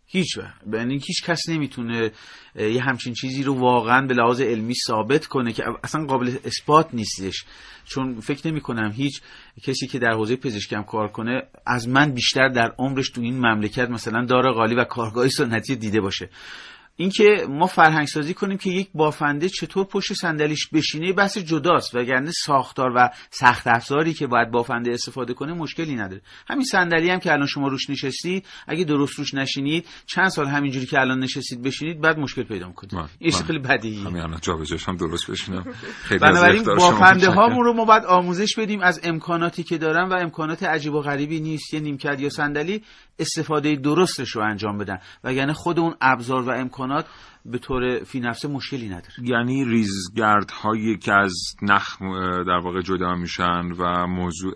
Speaker 6: یعنی هیچ کس نمیتونه یه همچین چیزی رو واقعا به لحاظ علمی ثابت کنه که اصلا قابل اثبات نیستش. چون فکر نمی کنم هیچ کسی که در حوزه پزشکی هم کار کنه از من بیشتر در عمرش تو این مملکت مثلا دار قالی و کارگاه سنتی دیده باشه. اینکه ما فرهنگ سازی کنیم که یک بافنده چطور پشت صندلیش بشینه بحث جداست، وگرنه ساختار و سخت افزاری که باید بافنده استفاده کنه مشکلی نداره. همین صندلی هم که الان شما روش نشستید، اگه درست روش نشینید چند سال همینجوری که الان نشستید بشینید بعد مشکل پیدا می‌کنید. این خیلی بدیهیه.
Speaker 3: همین الان جابجاش هم درست بشینم. خیلی
Speaker 6: بنابراین بافنده هامون رو ما باید آموزش بدیم از امکاناتی که دارن و امکانات عجیب و غریبی نیست. یه نیمکت یا صندلی استفاده درستش رو انجام بدن، وگرنه خود اون ابزار و امکانات به طور فی نفسه مشکلی نداره.
Speaker 3: یعنی ریزگردهایی که از نخ در واقع جدا میشن و موضوع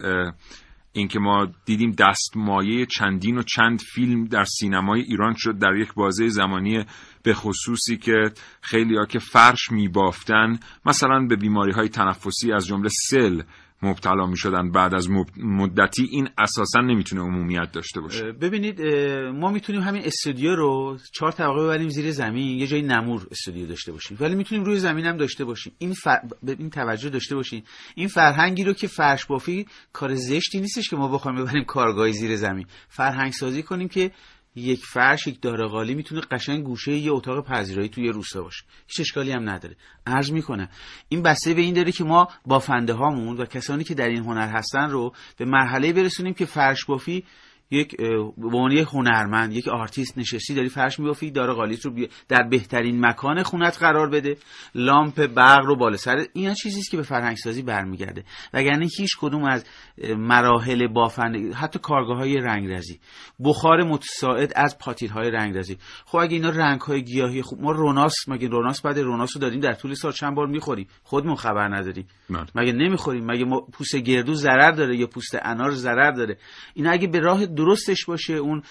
Speaker 3: این که ما دیدیم دستمایه چندین و چند فیلم در سینمای ایران شد در یک بازه زمانی به خصوصی که خیلی‌ها که فرش می‌بافتن مثلا به بیماری‌های تنفسی از جمله سل مبتلا می شدن بعد از مدتی، این اساسا نمیتونه عمومیت داشته باشه.
Speaker 6: ببینید ما میتونیم همین استودیو رو 4 طبقه ببریم زیر زمین، یه جای نمور استودیو داشته باشیم، ولی میتونیم روی زمین هم داشته باشیم. این توجه داشته باشین، این فرهنگی رو که فرش بافی کار زشتی نیستش که ما بخوایم ببریم کارگاهی زیر زمین. فرهنگ سازی کنیم که یک فرش، یک داره‌قالی میتونه قشنگ گوشه یه اتاق پذیرایی توی روستا باشه، هیچ اشکالی هم نداره. عرض میکنم این بسته به این داره که ما بافنده هامون و کسانی که در این هنر هستن رو به مرحله برسونیم که فرش بافی یک بهونه هنرمند، یک آرتیست نشستی داری فرش می‌بافی، داره‌قالیت رو در بهترین مکان خونت قرار بده، لامپ برق رو بالا سر، اینا چیزی است که به فرهنگ سازی برمیگرده. وگرنه هیچ کدوم از مراحل بافندگی، حتی کارگاه‌های رنگرزی، بخار متساعد از پاتیل‌های رنگرزی، خب اگه اینا رنگ‌های گیاهی، خب ما مگه روناس بعد روناس رو داریم در طول سال چند بار می‌خوریم، خودمون خبر نداریم؟ مگه نمی‌خوریم؟ مگه ما پوست گردو ضرر داره یا پوست انار ضرر داره؟ اینا اگه به راه درستش باشه، اون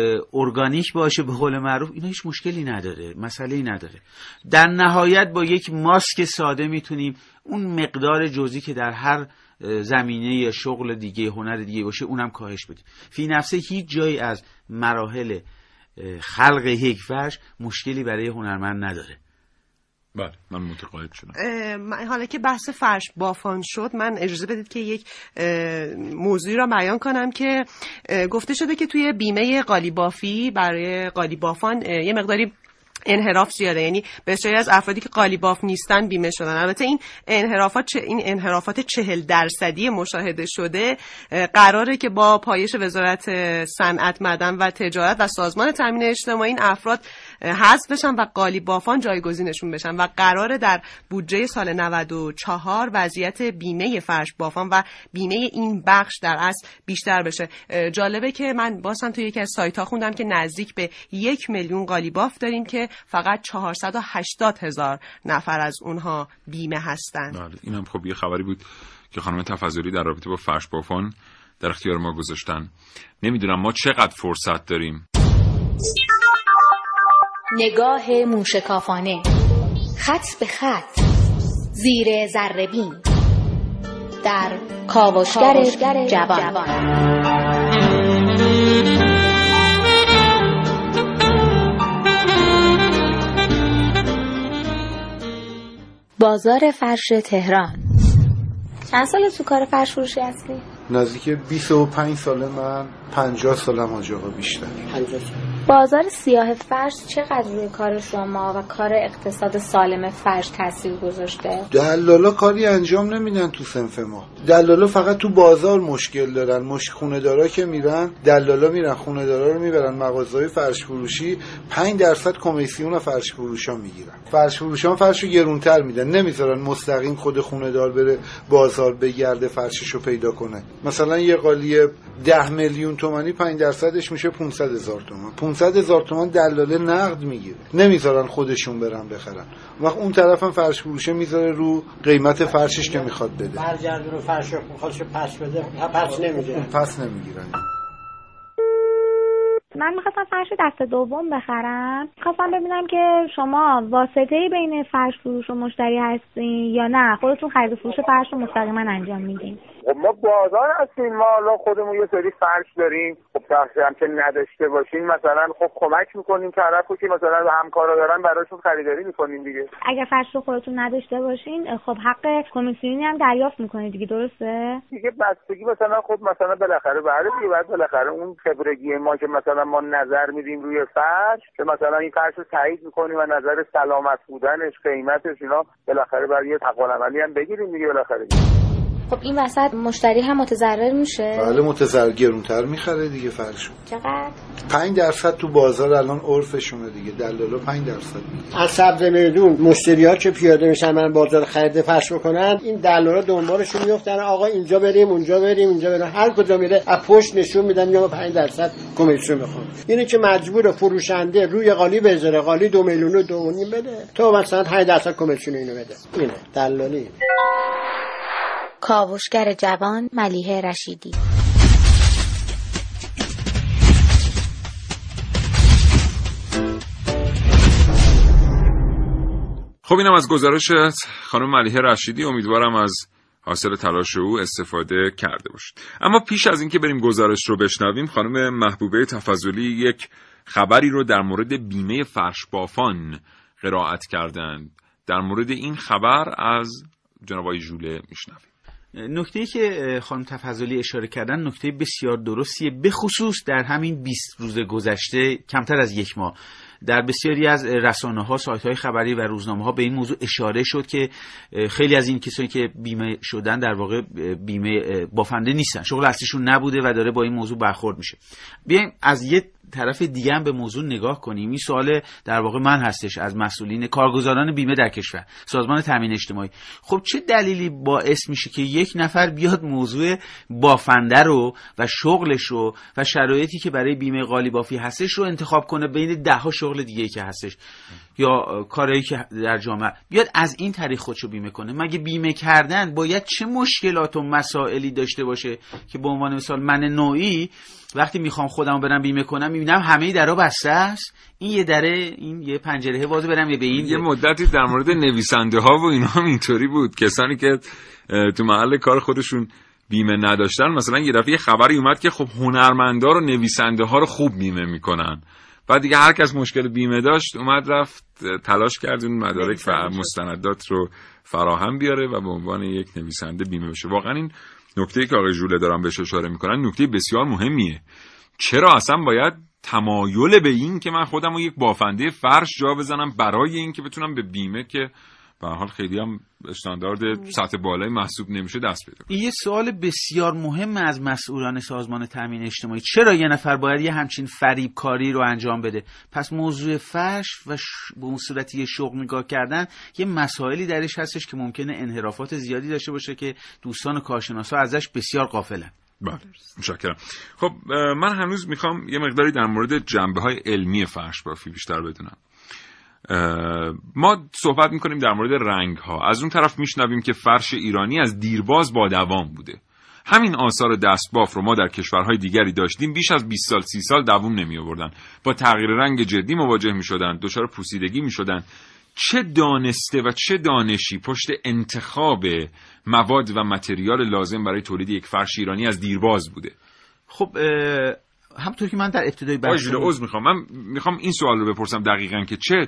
Speaker 6: ارگانیک باشه به قول معروف، اینا هیچ مشکلی نداره، مسئله‌ای نداره. در نهایت با یک ماسک ساده میتونیم اون مقدار جزئی که در هر زمینه یا شغل دیگه، هنر دیگه باشه، اونم کاهش بده. فی نفسه هیچ جایی از مراحل خلق یک فرش مشکلی برای هنرمند نداره.
Speaker 3: بله من متقاعد شدم.
Speaker 12: حالا که بحث فرش بافان شد، من اجازه بدید که یک موضوعی را بیان کنم که گفته شده که توی بیمه قالیبافی برای قالیبافان یه مقداری انحراف زیاده، یعنی بسیاری از افرادی که قالیباف نیستن بیمه شدن. البته این انحرافات 40% مشاهده شده قراره که با پایش وزارت صنعت، معدن و تجارت و سازمان تامین اجتماعی این افراد حذف بشن و قالیبافان جایگزینشون بشن و قراره در بودجه سال 94 وضعیت بیمه فرش بافان و بیمه این بخش در اصل بیشتر بشه. جالبه که من بازم توی یکی از سایت‌ها خوندم که نزدیک به 1 میلیون قالیباف داریم که فقط 480,000 نفر از اونها بیمه هستن.
Speaker 3: بله اینم خب یه خبری بود که خانم تفضلی در رابطه با فرش بافان در اختیار ما گذاشتن. نمیدونم ما چقدر فرصت داریم.
Speaker 14: نگاه موشکافانه، خط به خط، زیر ذره‌بین، در کاوشگر جوان. بازار فرش تهران. چند سال تو کار فرش فروشی هستی؟
Speaker 15: نزدیک 25 ساله. من 50 سالم آج آقا، بیشتر.
Speaker 14: بازار سیاه فرش چقدر روی کار شما و کار اقتصاد سالم فرش تاثیر گذاشته؟
Speaker 15: دلالا کاری انجام نمیدن تو صنف ما. دلالا فقط تو بازار مشکل دارن. خونه دارا که میرن، دلالا میرن خونه دارا رو میبرن مغازه‌های فرش فروشی، 5% کمیسیون فرش فروشا میگیرن. فرش فروشان فرشو گرونتر میدن، نمیذارن مستقیم خود خونه دار بره بازار بگرده فرششو پیدا کنه. مثلا یه قالی 10 میلیون تومانی 5%ش میشه 500,000 تومان. 500,000 تومان دلاله نقد میگیره، نمیذارن خودشون برن بخرن. وقت اون طرفم فرش فروشه میذاره رو قیمت فرشش که میخواد بده.
Speaker 11: برگردون فرشو خودشو پس بده، پس نمیگیرن.
Speaker 15: پس نمیگیرن.
Speaker 16: من میخواستم فرش دست دوم بخرم. میخواستم ببینم که شما واسطه‌ای بین فرش فروش و مشتری هستین یا نه خودتون خرید و فروش فرش رو مستقیما انجام میدین؟
Speaker 17: ما بازار هستیم، ما حالا خودمون یه سری فرش داریم. خب شخصی هم که نداشته باشین مثلا خب کمک میکنیم طرفو که مثلا همکارا دارن براشون خریداری میکنیم دیگه.
Speaker 16: اگر فرش رو خودتون نداشته باشین خب حق کمیسیونی هم دریافت میکنید دیگه، درسته؟
Speaker 17: دیگه بستگی مثلا خب مثلا بالاخره بعد دیگه بعد بالاخره اون خبرگی ما که مثلا ما نظر میدیم روی فرش که مثلا این فرش رو تایید میکنیم و نظر سلامت بودنش، قیمتش، اینا بالاخره بعد یه تقاضا عملی هم بگیریم دیگه بالاخره.
Speaker 14: خب این وسط مشتری هم متضرر میشه؟
Speaker 15: بله متضرر، گرونتر میخره دیگه فرشو.
Speaker 14: چقدر؟
Speaker 15: 5% تو بازار الان عرفشونه دیگه، دلالا 5% میگیره.
Speaker 11: از سبز میدون مشتری‌ها که پیاده میشن من بازار خرید فرش بکنن، این دلالا دنبالشون میافتن، آقا اینجا بریم اونجا بریم اینجا بریم، هر کجا میره از پشت نشون میدن یا 5% کمیسیون میخوان. اینه که مجبور فروشنده روی قالی بذاره، قالی 2 میلیون و 2.5 بده، تو مثلا 5% کمیسیون اینو بده. اینه دلالی.
Speaker 14: کاوشگر جوان، ملیحه رشیدی.
Speaker 3: خب اینم از گزارش خانم ملیحه رشیدی. امیدوارم از حاصل تلاش او استفاده کرده باشید. اما پیش از اینکه بریم گزارش رو بشنویم، خانم محبوبه تفضلی یک خبری رو در مورد بیمه فرش بافان قرائت کردند. در مورد این خبر از جناب آقای ژوله میشنویم.
Speaker 6: نکته‌ای که خانم تفضلی اشاره کردن نکته بسیار درستیه، به خصوص در همین 20 روز گذشته، کمتر از یک ماه، در بسیاری از رسانه‌ها، سایت‌های خبری و روزنامه‌ها به این موضوع اشاره شد که خیلی از این کسانی که بیمه شدن در واقع بیمه بافنده نیستن، شغل اصلیشون نبوده و داره با این موضوع برخورد میشه. بیایم از یه طرف دیگه هم به موضوع نگاه کنیم. این سوال در واقع من هستش از مسئولین کارگزاران بیمه در کشور، سازمان تامین اجتماعی. خب چه دلیلی باعث میشه که یک نفر بیاد موضوع بافنده رو و شغلش رو و شرایطی که برای بیمه قالیبافی هستش رو انتخاب کنه بین 10 شغل دیگه که هستش یا کارهایی که در جامعه، بیاد از این طریق خودشو بیمه کنه؟ مگه بیمه کردن باید چه مشکلات و مسائلی داشته باشه که به عنوان مثال من نوعی وقتی میخوام خودمو برم بیمه کنم من میبینم همه درا بسته است، این یه دره، این یه پنجره بازه، برم به این.
Speaker 3: یه مدتی در مورد نویسنده ها و اینا هم اینطوری بود، کسانی که تو محل کار خودشون بیمه نداشتن، مثلا یه دفعه خبری اومد که خب هنرمندا رو نویسنده ها رو خوب بیمه میکنن، بعد دیگه هر کس مشکل بیمه داشت اومد رفت تلاش کرد اون مدارک و مستندات رو فراهم بیاره و به عنوان یک نویسنده بیمه بشه. واقعا این نکته‌ای که آقای ژوله دارن بهش اشاره میکنن نکته بسیار مهمیه. چرا اصلا باید تمایل به این که من خودم رو یک بافنده فرش جا بزنم برای این که بتونم به بیمه که به هر حال خیلی هم استاندارد سطح بالای محسوب نمیشه دست پیدا کنم؟ این
Speaker 6: یه سوال بسیار مهم از مسئولان سازمان تامین اجتماعی. چرا یه نفر باید یه همچین فریبکاری رو انجام بده؟ پس موضوع فرش و به اون صورتی شغل نگاه کردن یه مسائلی درش هستش که ممکنه انحرافات زیادی داشته باشه که دوستان و کارشناسا ازش بسیار غافلن.
Speaker 3: بله، متشکرم. خب من هنوز میخوام یه مقداری در مورد جنبه‌های علمی فرش بافی بیشتر بدونم. ما صحبت میکنیم در مورد رنگ ها، از اون طرف میشنویم که فرش ایرانی از دیرباز با دوام بوده. همین آثار دستباف رو ما در کشورهای دیگری داشتیم، بیش از 20 سال 30 سال دوام نمی آوردن، با تغییر رنگ جدی مواجه میشدن، دچار پوسیدگی میشدن. چه دانسته و چه دانشی پشت انتخاب مواد و متریال لازم برای تولید یک فرش ایرانی از دیرباز بوده؟
Speaker 6: خب همونطور که من در ابتدای
Speaker 3: بحث من میخوام این سوال رو بپرسم دقیقاً که چه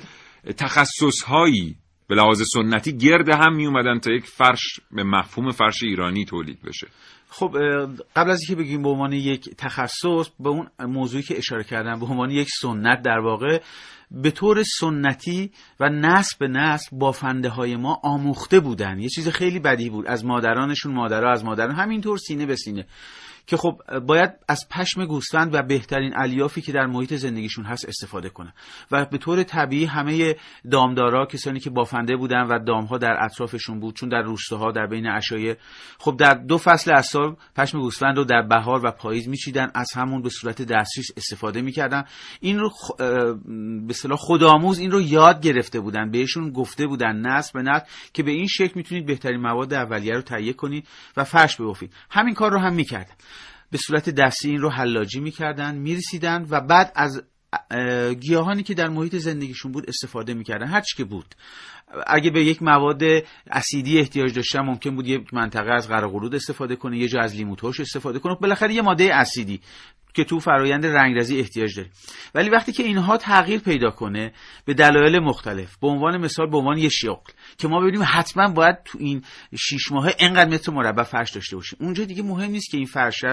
Speaker 3: تخصص‌هایی به لحاظ سنتی گرد هم می اومدن تا یک فرش به مفهوم فرش ایرانی تولید بشه؟
Speaker 6: خب قبل از اینکه بگیم به عنوان یک تخصص، به اون موضوعی که اشاره کردم به عنوان یک سنت، در واقع به طور سنتی و نسل به نسل بافنده های ما آموخته بودن. یه چیز خیلی بدیهی بود از مادرانشون، مادرها از مادران، همینطور سینه به سینه، که خب باید از پشم گوسفند و بهترین الیافی که در محیط زندگیشون هست استفاده کنن و به طور طبیعی همه دامدارا، کسانی که بافنده بودن و دامها در اطرافشون بود، چون در روستاها در بین عشایر، خب در 2 فصل از سال پشم گوسفند رو در بهار و پاییز میچیدن، از همون به صورت دستریس استفاده میکردن. این رو به اصطلاح خودآموز این رو یاد گرفته بودن، بهشون گفته بودن نسل به نسل که به این شکل میتونید بهترین مواد اولیه رو تهیه کنید و فرش ببافید. همین کار رو هم میکردن، به صورت دستی این رو حلاجی میکردن، میرسیدن و بعد از گیاهانی که در محیط زندگیشون بود استفاده میکردن، هر چی که بود. اگه به یک مواد اسیدی احتیاج داشتن ممکن بود یک منطقه از قرقرود استفاده کنه، یه جا از لیمو ترش استفاده کنه، بالاخره یه ماده اسیدی که تو فرایند رنگرزی احتیاج داره. ولی وقتی که اینها تغییر پیدا کنه به دلایل مختلف، به عنوان مثال به عنوان یه شغل که ما ببینیم حتما باید تو این 6 ماه اینقدر متر مربع فرش داشته باشیم، اونجا دیگه مهم نیست که این فرش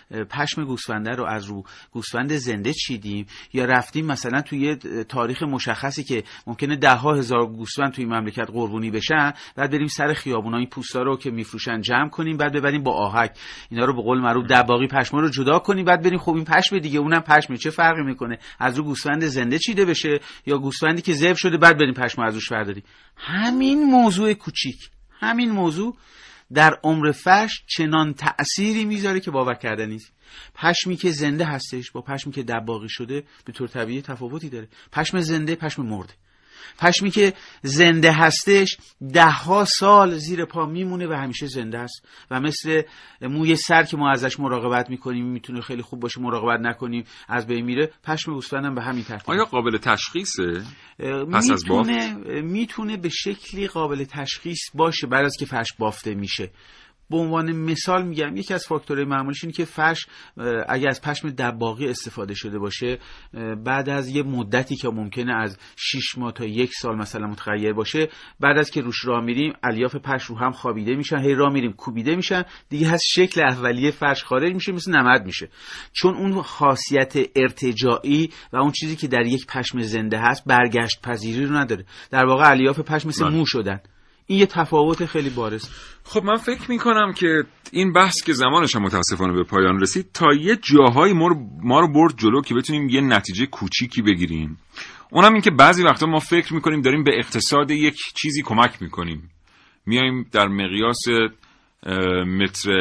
Speaker 6: پشم گوسفنده رو از رو گوسفند زنده چیدیم یا رفتیم مثلا توی یه تاریخ مشخصی که ممکنه 10,000 گوسفند توی مملکت قربونی بشن، بعد بریم سر خیابونا این پوستا رو که میفروشن جمع کنیم، بعد ببریم با آهک اینا رو به قول معروف دباغی پشما رو جدا کنیم، بعد بریم خب این پشم دیگه اونم پشم، چه فرقی میکنه از رو گوسفند زنده چیده بشه یا گوسفندی که ذبح شده بعد بریم پشم از روش برداریم. همین موضوع کوچیک، همین موضوع در عمر فرش چنان تأثیری میذاره که باور کردنی نیست. پشمی که زنده هستش با پشمی که دباغی شده به طور طبیعی تفاوتی داره. پشم زنده پشم مرده. پشمی که زنده هستش 10 سال زیر پا میمونه و همیشه زنده است و مثل موی سر که ما ازش مراقبت میکنیم، میتونه خیلی خوب باشه، مراقبت نکنیم از بین میره. پشم گوسفندم به همین ترتیب.
Speaker 3: آیا قابل تشخیصه پس از بافت؟
Speaker 6: میتونه به شکلی قابل تشخیص باشه بعد از که فرش بافته میشه. به عنوان مثال میگم یکی از فاکتورهای معمولیش اینه که فرش اگه از پشم دباغی استفاده شده باشه بعد از یه مدتی که ممکنه از 6 ماه تا 1 سال مثلا متغیر باشه، بعد از که روش راه میریم الیاف پشم رو هم خوابیده میشن، هی راه میریم کوبیده میشن، دیگه از شکل اولیه فرش خارج میشه، مثل نمد میشه، چون اون خاصیت ارتجاعی و اون چیزی که در یک پشم زنده هست برگشت پذیری رو نداره. در واقع الیاف پشم مثل مو شدن. این یه تفاوت خیلی بارز.
Speaker 3: خب من فکر میکنم که این بحث که زمانش هم متاسفانه به پایان رسید تا یه جاهایی ما رو برد جلو که بتونیم یه نتیجه کوچیکی بگیریم. اونم این که بعضی وقتا ما فکر میکنیم داریم به اقتصاد یک چیزی کمک میکنیم، میایم در مقیاس متر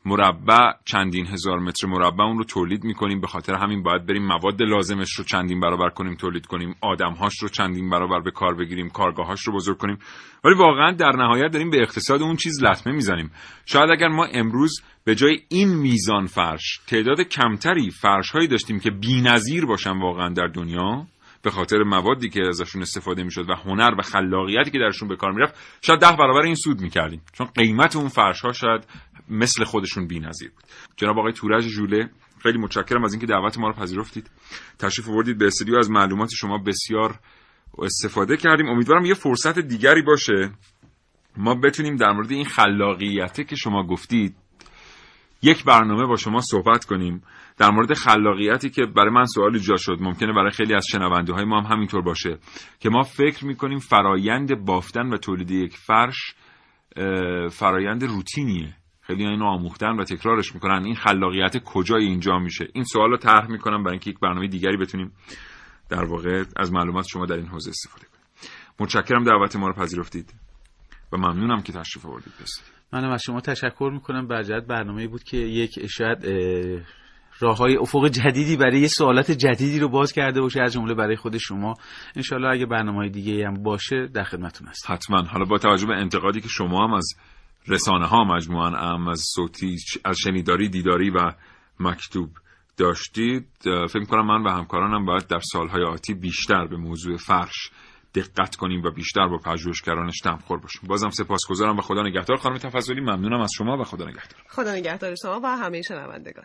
Speaker 3: مربع چندین هزار متر مربع اون رو تولید میکنیم. به خاطر همین باید بریم مواد لازمش رو چندین برابر کنیم، تولید کنیم، آدمهاش رو چندین برابر به کار بگیریم، کارگاهاش رو بزرگ کنیم، ولی واقعا در نهایت داریم به اقتصاد اون چیز لطمه میزنیم. شاید اگر ما امروز به جای این میزان فرش تعداد کمتری فرش هایی داشتیم که بی‌نظیر باشن واقعا در دنیا به خاطر موادی که ازشون استفاده میشد و هنر و خلاقیتی که درشون به کار میرفت، شاید 10 برابر این سود میکردیم، چون قیمت اون فرش ها شاید مثل خودشون بی‌نظیر بود. جناب آقای تورج ژوله، خیلی متشکرم از اینکه دعوت ما رو پذیرفتید، تشریف آوردید به استودیو، از معلومات شما بسیار استفاده کردیم. امیدوارم یه فرصت دیگری باشه ما بتونیم در مورد این خلاقیتی که شما گفتید یک برنامه با شما صحبت کنیم، در مورد خلاقیتی که برای من سوالی جا شد، ممکنه برای خیلی از شنونده های ما هم همینطور باشه که ما فکر میکنیم فرایند بافتن و تولید یک فرش فرایند روتینیه، خیلی اینو آموختن و تکرارش میکنن، این خلاقیت کجای اینجا میشه؟ این سوالو طرح میکنم برای اینکه یک برنامه دیگری بتونیم در واقع از معلومات شما در این حوزه استفاده کنیم. متشکرم دعوت ما رو پذیرفتید و ممنونم که تشریف آوردید.
Speaker 6: منم از شما تشکر میکنم. برجت برنامه‌ای بود که یک شاید راههای افق جدیدی برای یه سوالات جدیدی رو باز کرده باشه، از جمله برای خود شما. انشالله اگه برنامه‌های دیگه هم باشه در خدمتتون هستم.
Speaker 3: حتما. حالا با توجه به انتقادی که شما هم از رسانه‌ها مجموعاً از صوتی، از شنیداری، دیداری و مکتوب داشتید، فکر می‌کنم من و همکارانم باید در سالهای آتی بیشتر به موضوع فرش دقت کنیم و بیشتر با پژوهشگرانش دمخور باشیم. بازم سپاسگزارم و خدا نگهدار. خانم تفضلی ممنونم از شما و خدا نگهدار.
Speaker 12: خدا نگهدار شما و همه شنوندگان.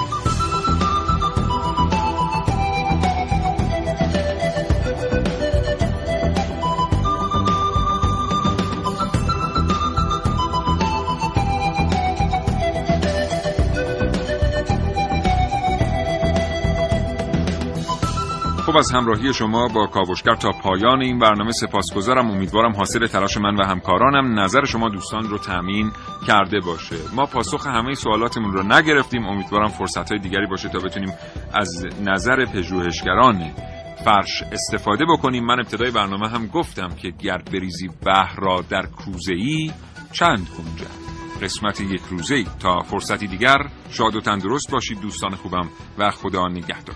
Speaker 3: خب از همراهی شما با کاوشگر تا پایان این برنامه سپاسگزارم. امیدوارم حاصل تلاش من و همکارانم نظر شما دوستان رو تامین کرده باشه. ما پاسخ همه سوالاتمون رو نگرفتیم، امیدوارم فرصت‌های دیگری باشه تا بتونیم از نظر پژوهشگران فرش استفاده بکنیم. من ابتدای برنامه هم گفتم که گرد بریزی بحر را در کوزه‌ای چند گنجد، قسمت یک روزه‌ای. تا فرصتی دیگر شاد و تندرست باشید دوستان خوبم و خدا نگهدار.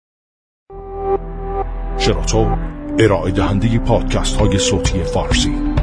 Speaker 1: شراطو ارائه دهنده پادکست های صوتی فارسی